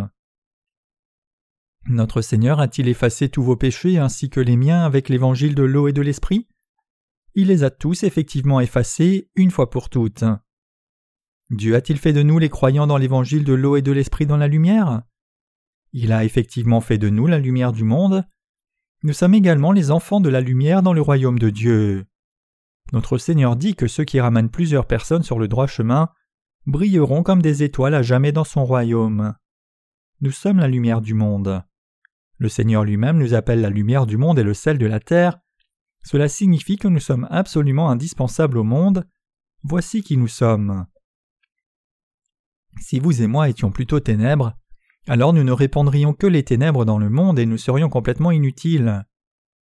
Notre Seigneur a-t-il effacé tous vos péchés ainsi que les miens avec l'évangile de l'eau et de l'esprit? Il les a tous effectivement effacés une fois pour toutes. Dieu a-t-il fait de nous les croyants dans l'évangile de l'eau et de l'esprit dans la lumière? Il a effectivement fait de nous la lumière du monde. Nous sommes également les enfants de la lumière dans le royaume de Dieu. Notre Seigneur dit que ceux qui ramènent plusieurs personnes sur le droit chemin brilleront comme des étoiles à jamais dans son royaume. Nous sommes la lumière du monde. Le Seigneur lui-même nous appelle la lumière du monde et le sel de la terre. Cela signifie que nous sommes absolument indispensables au monde. Voici qui nous sommes. Si vous et moi étions plutôt ténèbres, alors nous ne répandrions que les ténèbres dans le monde et nous serions complètement inutiles.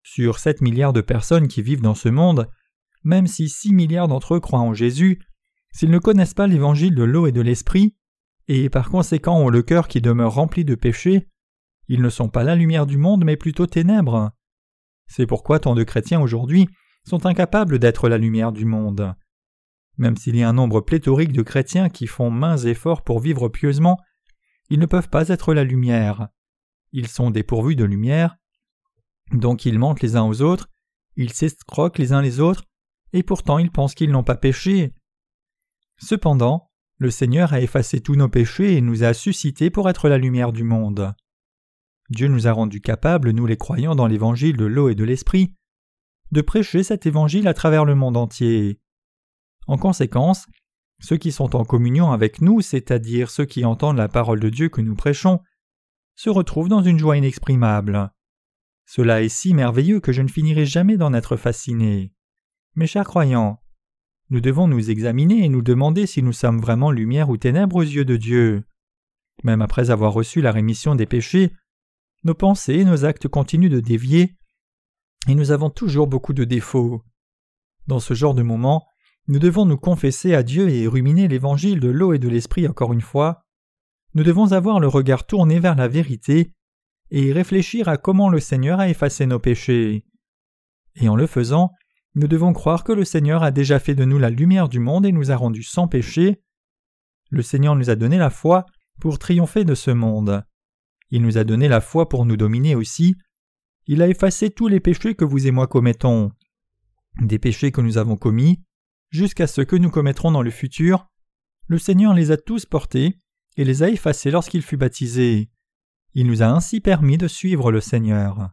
Sur sept milliards de personnes qui vivent dans ce monde, même si six milliards d'entre eux croient en Jésus, s'ils ne connaissent pas l'évangile de l'eau et de l'esprit, et par conséquent ont le cœur qui demeure rempli de péchés, ils ne sont pas la lumière du monde mais plutôt ténèbres. C'est pourquoi tant de chrétiens aujourd'hui sont incapables d'être la lumière du monde. Même s'il y a un nombre pléthorique de chrétiens qui font maints efforts pour vivre pieusement, ils ne peuvent pas être la lumière. Ils sont dépourvus de lumière, donc ils mentent les uns aux autres, ils s'escroquent les uns les autres, et pourtant ils pensent qu'ils n'ont pas péché. Cependant, le Seigneur a effacé tous nos péchés et nous a suscités pour être la lumière du monde. Dieu nous a rendus capables, nous les croyants dans l'évangile de l'eau et de l'esprit, de prêcher cet évangile à travers le monde entier. En conséquence, ceux qui sont en communion avec nous, c'est-à-dire ceux qui entendent la parole de Dieu que nous prêchons, se retrouvent dans une joie inexprimable. Cela est si merveilleux que je ne finirai jamais d'en être fasciné. Mes chers croyants, nous devons nous examiner et nous demander si nous sommes vraiment lumière ou ténèbres aux yeux de Dieu. Même après avoir reçu la rémission des péchés, nos pensées et nos actes continuent de dévier, et nous avons toujours beaucoup de défauts. Dans ce genre de moment, nous devons nous confesser à Dieu et ruminer l'évangile de l'eau et de l'esprit encore une fois. Nous devons avoir le regard tourné vers la vérité et réfléchir à comment le Seigneur a effacé nos péchés. Et en le faisant, nous devons croire que le Seigneur a déjà fait de nous la lumière du monde et nous a rendus sans péché. Le Seigneur nous a donné la foi pour triompher de ce monde. Il nous a donné la foi pour nous dominer aussi. Il a effacé tous les péchés que vous et moi commettons, des péchés que nous avons commis, jusqu'à ceux que nous commettrons dans le futur. Le Seigneur les a tous portés et les a effacés lorsqu'il fut baptisé. Il nous a ainsi permis de suivre le Seigneur.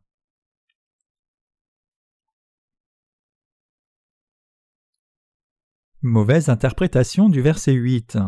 Mauvaise interprétation du verset huit.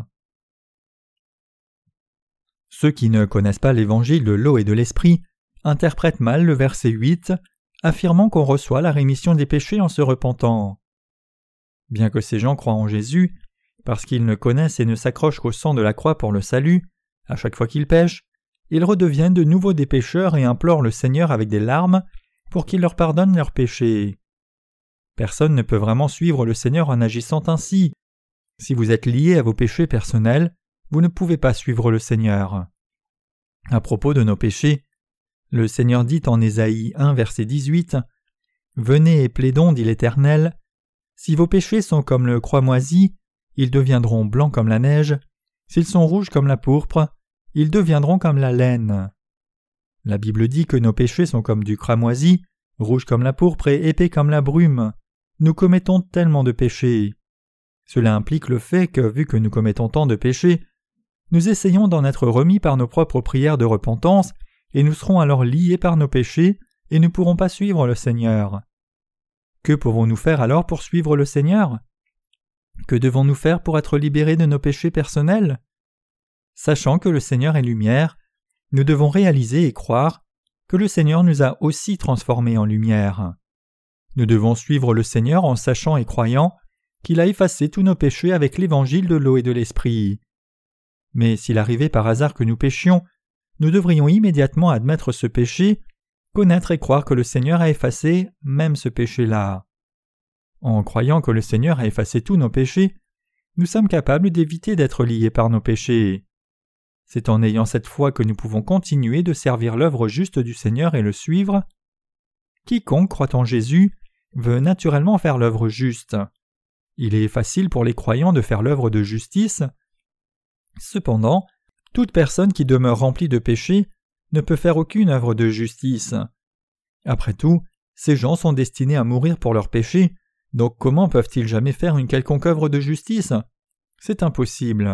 Ceux qui ne connaissent pas l'évangile de l'eau et de l'esprit interprètent mal le verset huit, affirmant qu'on reçoit la rémission des péchés en se repentant. Bien que ces gens croient en Jésus, parce qu'ils ne connaissent et ne s'accrochent qu'au sang de la croix pour le salut, à chaque fois qu'ils pêchent, ils redeviennent de nouveau des pécheurs et implorent le Seigneur avec des larmes pour qu'il leur pardonne leurs péchés. Personne ne peut vraiment suivre le Seigneur en agissant ainsi. Si vous êtes lié à vos péchés personnels, vous ne pouvez pas suivre le Seigneur. À propos de nos péchés, le Seigneur dit en Ésaïe un, verset dix-huit, « Venez et plaidons, dit l'Éternel, si vos péchés sont comme le cramoisi, ils deviendront blancs comme la neige, s'ils sont rouges comme la pourpre, ils deviendront comme la laine. » La Bible dit que nos péchés sont comme du cramoisi, rouges comme la pourpre et épais comme la brume. Nous commettons tellement de péchés. Cela implique le fait que, vu que nous commettons tant de péchés, nous essayons d'en être remis par nos propres prières de repentance, et nous serons alors liés par nos péchés et ne pourrons pas suivre le Seigneur. Que pouvons-nous faire alors pour suivre le Seigneur ? Que devons-nous faire pour être libérés de nos péchés personnels ? Sachant que le Seigneur est lumière, nous devons réaliser et croire que le Seigneur nous a aussi transformés en lumière. Nous devons suivre le Seigneur en sachant et croyant qu'il a effacé tous nos péchés avec l'évangile de l'eau et de l'esprit. Mais s'il arrivait par hasard que nous péchions, nous devrions immédiatement admettre ce péché, connaître et croire que le Seigneur a effacé même ce péché-là. En croyant que le Seigneur a effacé tous nos péchés, nous sommes capables d'éviter d'être liés par nos péchés. C'est en ayant cette foi que nous pouvons continuer de servir l'œuvre juste du Seigneur et le suivre. Quiconque croit en Jésus veut naturellement faire l'œuvre juste. Il est facile pour les croyants de faire l'œuvre de justice. Cependant, toute personne qui demeure remplie de péché ne peut faire aucune œuvre de justice. Après tout, ces gens sont destinés à mourir pour leurs péchés, donc comment peuvent-ils jamais faire une quelconque œuvre de justice ? C'est impossible.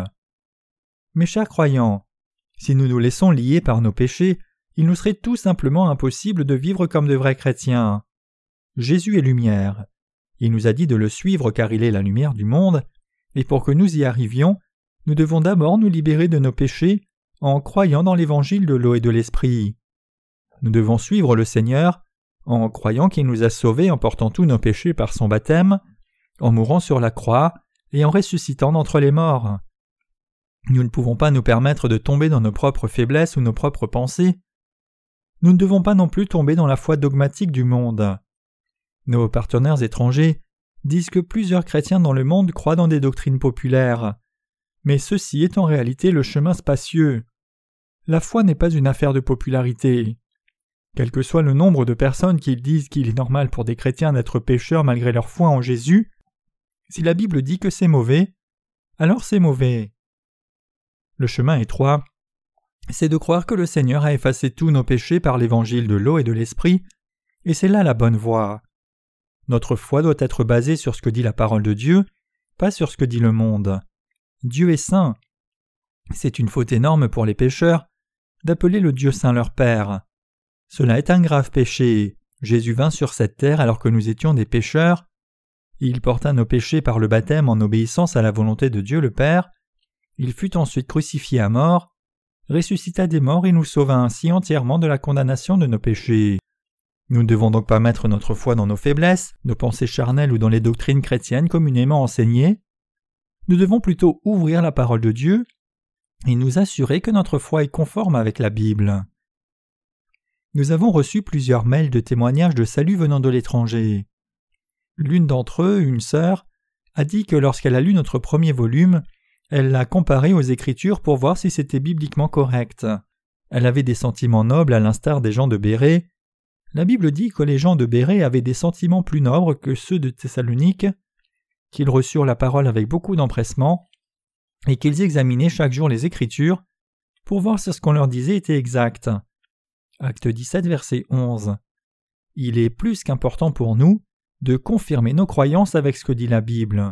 Mes chers croyants, si nous nous laissons lier par nos péchés, il nous serait tout simplement impossible de vivre comme de vrais chrétiens. Jésus est lumière. Il nous a dit de le suivre car il est la lumière du monde, et pour que nous y arrivions, nous devons d'abord nous libérer de nos péchés en croyant dans l'évangile de l'eau et de l'esprit. Nous devons suivre le Seigneur en croyant qu'il nous a sauvés en portant tous nos péchés par son baptême, en mourant sur la croix et en ressuscitant d'entre les morts. Nous ne pouvons pas nous permettre de tomber dans nos propres faiblesses ou nos propres pensées. nous ne devons pas non plus tomber dans la foi dogmatique du monde. Nos partenaires étrangers disent que plusieurs chrétiens dans le monde croient dans des doctrines populaires, mais ceci est en réalité le chemin spacieux. La foi n'est pas une affaire de popularité. Quel que soit le nombre de personnes qui disent qu'il est normal pour des chrétiens d'être pécheurs malgré leur foi en Jésus, si la Bible dit que c'est mauvais, alors c'est mauvais. Le chemin étroit, c'est de croire que le Seigneur a effacé tous nos péchés par l'évangile de l'eau et de l'esprit, et c'est là la bonne voie. Notre foi doit être basée sur ce que dit la parole de Dieu, pas sur ce que dit le monde. Dieu est saint. C'est une faute énorme pour les pécheurs d'appeler le Dieu saint leur Père. Cela est un grave péché. Jésus vint sur cette terre alors que nous étions des pécheurs. Il porta nos péchés par le baptême en obéissance à la volonté de Dieu le Père. Il fut ensuite crucifié à mort, ressuscita des morts et nous sauva ainsi entièrement de la condamnation de nos péchés. Nous ne devons donc pas mettre notre foi dans nos faiblesses, nos pensées charnelles ou dans les doctrines chrétiennes communément enseignées. Nous devons plutôt ouvrir la parole de Dieu et nous assurer que notre foi est conforme avec la Bible. Nous avons reçu plusieurs mails de témoignages de salut venant de l'étranger. L'une d'entre eux, une sœur, a dit que lorsqu'elle a lu notre premier volume, elle l'a comparé aux Écritures pour voir si c'était bibliquement correct. Elle avait des sentiments nobles à l'instar des gens de Bérée. La Bible dit que les gens de Bérée avaient des sentiments plus nobles que ceux de Thessalonique, qu'ils reçurent la parole avec beaucoup d'empressement, et qu'ils examinaient chaque jour les Écritures pour voir si ce qu'on leur disait était exact. Acte dix-sept, verset onze. Il est plus qu'important pour nous de confirmer nos croyances avec ce que dit la Bible.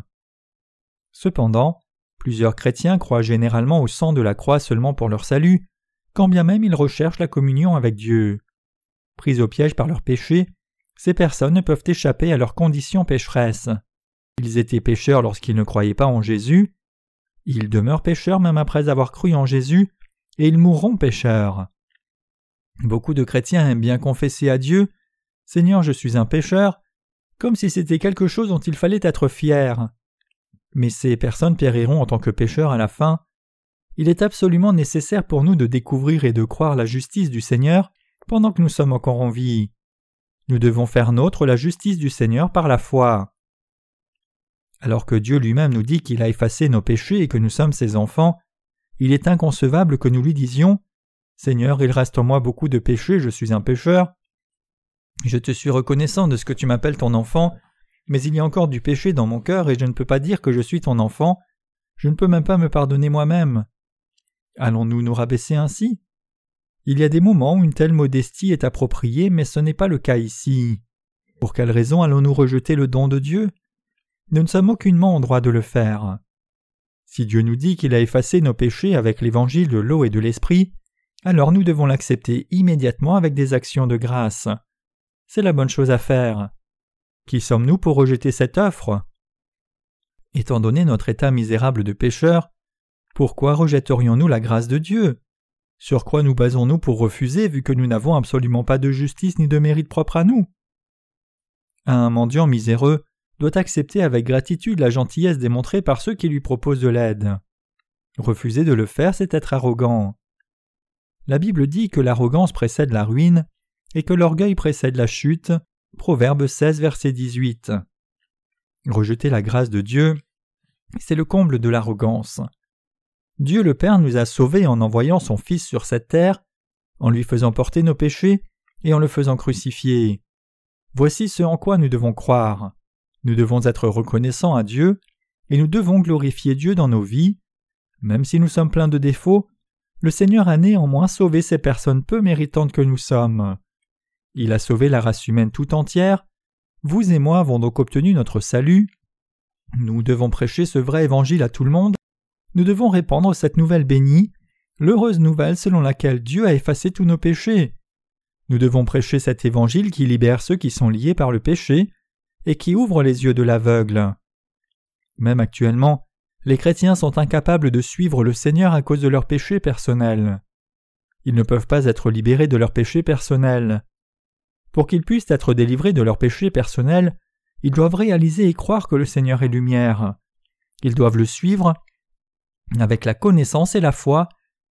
Cependant, plusieurs chrétiens croient généralement au sang de la croix seulement pour leur salut, quand bien même ils recherchent la communion avec Dieu. Pris au piège par leurs péchés, ces personnes ne peuvent échapper à leurs conditions pécheresses. Ils étaient pécheurs lorsqu'ils ne croyaient pas en Jésus. Ils demeurent pécheurs même après avoir cru en Jésus, et ils mourront pécheurs. Beaucoup de chrétiens aiment bien confesser à Dieu « Seigneur, je suis un pécheur », comme si c'était quelque chose dont il fallait être fier. Mais ces personnes périront en tant que pécheurs à la fin. Il est absolument nécessaire pour nous de découvrir et de croire la justice du Seigneur pendant que nous sommes encore en vie. Nous devons faire nôtre la justice du Seigneur par la foi. Alors que Dieu lui-même nous dit qu'il a effacé nos péchés et que nous sommes ses enfants, il est inconcevable que nous lui disions « Seigneur, il reste en moi beaucoup de péchés, je suis un pécheur. Je te suis reconnaissant de ce que tu m'appelles ton enfant, mais il y a encore du péché dans mon cœur et je ne peux pas dire que je suis ton enfant. Je ne peux même pas me pardonner moi-même. » Allons-nous nous rabaisser ainsi? Il y a des moments où une telle modestie est appropriée, mais ce n'est pas le cas ici. Pour quelle raison allons-nous rejeter le don de Dieu? Nous ne sommes aucunement en droit de le faire. Si Dieu nous dit qu'il a effacé nos péchés avec l'évangile de l'eau et de l'esprit, alors nous devons l'accepter immédiatement avec des actions de grâce. C'est la bonne chose à faire. Qui sommes-nous pour rejeter cette offre? Étant donné notre état misérable de pécheurs, pourquoi rejetterions-nous la grâce de Dieu? Sur quoi nous basons-nous pour refuser vu que nous n'avons absolument pas de justice ni de mérite propre à nous? Un mendiant miséreux doit accepter avec gratitude la gentillesse démontrée par ceux qui lui proposent de l'aide. Refuser de le faire, c'est être arrogant. La Bible dit que l'arrogance précède la ruine et que l'orgueil précède la chute. Proverbe seize, verset dix-huit. Rejeter la grâce de Dieu, c'est le comble de l'arrogance. Dieu le Père nous a sauvés en envoyant son Fils sur cette terre, en lui faisant porter nos péchés et en le faisant crucifier. Voici ce en quoi nous devons croire. Nous devons être reconnaissants à Dieu et nous devons glorifier Dieu dans nos vies. Même si nous sommes pleins de défauts, le Seigneur a néanmoins sauvé ces personnes peu méritantes que nous sommes. Il a sauvé la race humaine tout entière. Vous et moi avons donc obtenu notre salut. Nous devons prêcher ce vrai évangile à tout le monde. Nous devons répandre cette nouvelle bénie, l'heureuse nouvelle selon laquelle Dieu a effacé tous nos péchés. Nous devons prêcher cet évangile qui libère ceux qui sont liés par le péché et qui ouvre les yeux de l'aveugle. Même actuellement, les chrétiens sont incapables de suivre le Seigneur à cause de leurs péchés personnels. Ils ne peuvent pas être libérés de leurs péchés personnels. Pour qu'ils puissent être délivrés de leurs péchés personnels, ils doivent réaliser et croire que le Seigneur est lumière. Ils doivent le suivre avec la connaissance et la foi,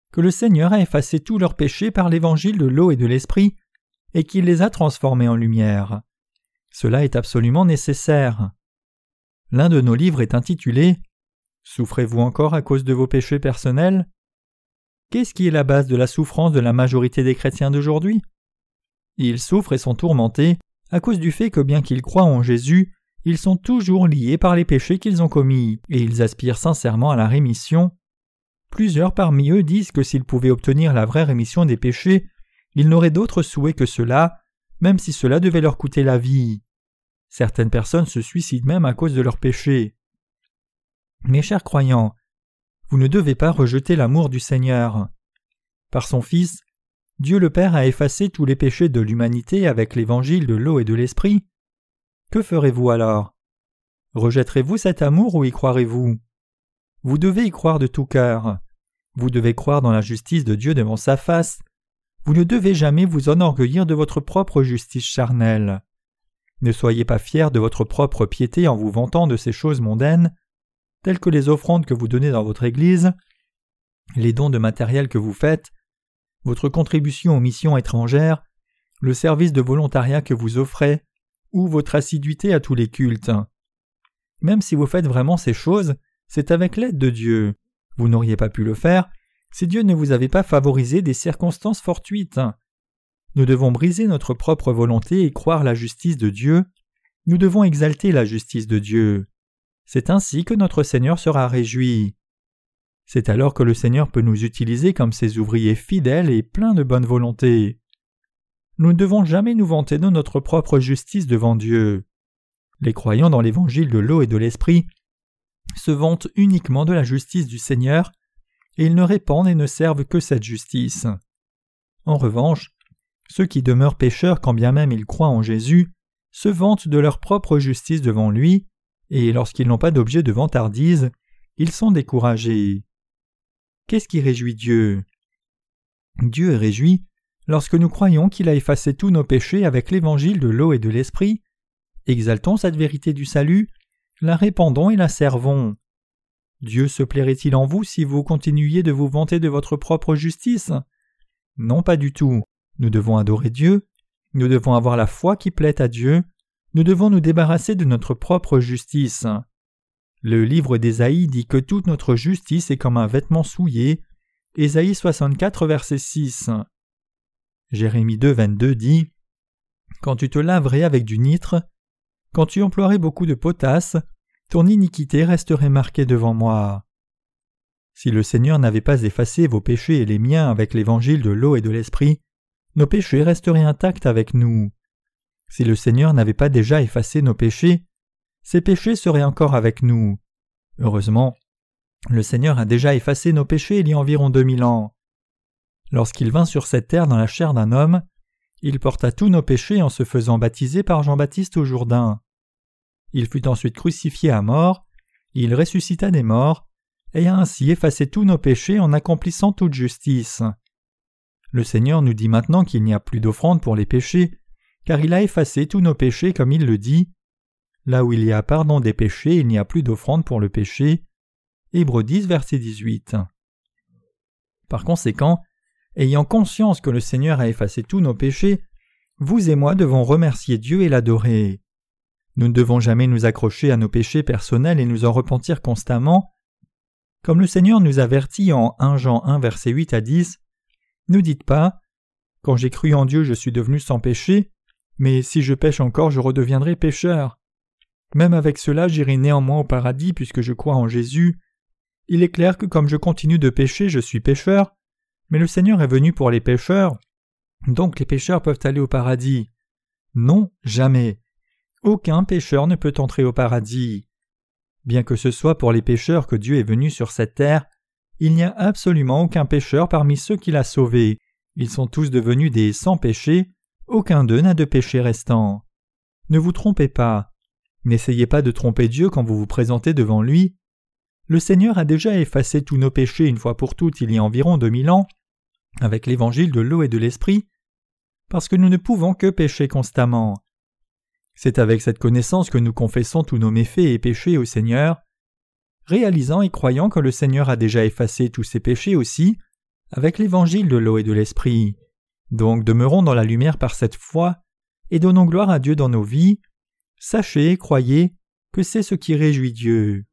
que le Seigneur a effacé tous leurs péchés par l'évangile de l'eau et de l'esprit, et qu'il les a transformés en lumière. Cela est absolument nécessaire. L'un de nos livres est intitulé « Souffrez-vous encore à cause de vos péchés personnels ?» Qu'est-ce qui est la base de la souffrance de la majorité des chrétiens d'aujourd'hui ? Ils souffrent et sont tourmentés à cause du fait que bien qu'ils croient en Jésus, ils sont toujours liés par les péchés qu'ils ont commis, et ils aspirent sincèrement à la rémission. Plusieurs parmi eux disent que s'ils pouvaient obtenir la vraie rémission des péchés, ils n'auraient d'autre souhait que cela, même si cela devait leur coûter la vie. Certaines personnes se suicident même à cause de leurs péchés. Mes chers croyants, vous ne devez pas rejeter l'amour du Seigneur. Par son Fils, Dieu le Père a effacé tous les péchés de l'humanité avec l'évangile de l'eau et de l'esprit. Que ferez-vous alors ? Rejetterez-vous cet amour ou y croirez-vous ? Vous devez y croire de tout cœur. Vous devez croire dans la justice de Dieu devant sa face. Vous ne devez jamais vous enorgueillir de votre propre justice charnelle. Ne soyez pas fiers de votre propre piété en vous vantant de ces choses mondaines, telles que les offrandes que vous donnez dans votre Église, les dons de matériel que vous faites, votre contribution aux missions étrangères, le service de volontariat que vous offrez, ou votre assiduité à tous les cultes. Même si vous faites vraiment ces choses, c'est avec l'aide de Dieu. Vous n'auriez pas pu le faire si Dieu ne vous avait pas favorisé des circonstances fortuites. Nous devons briser notre propre volonté et croire la justice de Dieu. Nous devons exalter la justice de Dieu. C'est ainsi que notre Seigneur sera réjoui. C'est alors que le Seigneur peut nous utiliser comme ses ouvriers fidèles et pleins de bonne volonté. Nous ne devons jamais nous vanter de notre propre justice devant Dieu. Les croyants dans l'évangile de l'eau et de l'esprit se vantent uniquement de la justice du Seigneur, et ils ne répandent et ne servent que cette justice. En revanche, ceux qui demeurent pécheurs quand bien même ils croient en Jésus se vantent de leur propre justice devant lui, et lorsqu'ils n'ont pas d'objet de vantardise, ils sont découragés. Qu'est-ce qui réjouit Dieu ? Dieu est réjoui lorsque nous croyons qu'il a effacé tous nos péchés avec l'évangile de l'eau et de l'esprit. Exaltons cette vérité du salut, la répandons et la servons. Dieu se plairait-il en vous si vous continuiez de vous vanter de votre propre justice ? Non, pas du tout. Nous devons adorer Dieu, nous devons avoir la foi qui plaît à Dieu, nous devons nous débarrasser de notre propre justice. Le livre d'Ésaïe dit que toute notre justice est comme un vêtement souillé. Ésaïe soixante-quatre, verset six. Jérémie deux, vingt-deux dit « Quand tu te laverais avec du nitre, quand tu emploierais beaucoup de potasse, ton iniquité resterait marquée devant moi. » Si le Seigneur n'avait pas effacé vos péchés et les miens avec l'évangile de l'eau et de l'esprit, nos péchés resteraient intacts avec nous. Si le Seigneur n'avait pas déjà effacé nos péchés, ces péchés seraient encore avec nous. Heureusement, le Seigneur a déjà effacé nos péchés il y a environ deux mille ans. Lorsqu'il vint sur cette terre dans la chair d'un homme, il porta tous nos péchés en se faisant baptiser par Jean-Baptiste au Jourdain. Il fut ensuite crucifié à mort, il ressuscita des morts, et a ainsi effacé tous nos péchés en accomplissant toute justice. Le Seigneur nous dit maintenant qu'il n'y a plus d'offrande pour les péchés, car il a effacé tous nos péchés comme il le dit. Là où il y a pardon des péchés, il n'y a plus d'offrande pour le péché. Hébreux dix, verset dix-huit. Par conséquent, ayant conscience que le Seigneur a effacé tous nos péchés, vous et moi devons remercier Dieu et l'adorer. Nous ne devons jamais nous accrocher à nos péchés personnels et nous en repentir constamment. Comme le Seigneur nous avertit en premier Jean un, verset huit à dix, ne dites pas « Quand j'ai cru en Dieu, je suis devenu sans péché, mais si je pêche encore, je redeviendrai pécheur. Même avec cela, j'irai néanmoins au paradis puisque je crois en Jésus. Il est clair que comme je continue de pécher, je suis pécheur, mais le Seigneur est venu pour les pécheurs, donc les pécheurs peuvent aller au paradis. Non, jamais. Aucun pécheur ne peut entrer au paradis. Bien que ce soit pour les pécheurs que Dieu est venu sur cette terre, il n'y a absolument aucun pécheur parmi ceux qu'il a sauvés. Ils sont tous devenus des sans-péché, aucun d'eux n'a de péché restant. Ne vous trompez pas. N'essayez pas de tromper Dieu quand vous vous présentez devant lui. Le Seigneur a déjà effacé tous nos péchés une fois pour toutes il y a environ deux mille ans, avec l'évangile de l'eau et de l'esprit, parce que nous ne pouvons que pécher constamment. C'est avec cette connaissance que nous confessons tous nos méfaits et péchés au Seigneur. Réalisant et croyant que le Seigneur a déjà effacé tous ses péchés aussi, avec l'évangile de l'eau et de l'esprit. Donc demeurons dans la lumière par cette foi, et donnons gloire à Dieu dans nos vies. Sachez et croyez que c'est ce qui réjouit Dieu.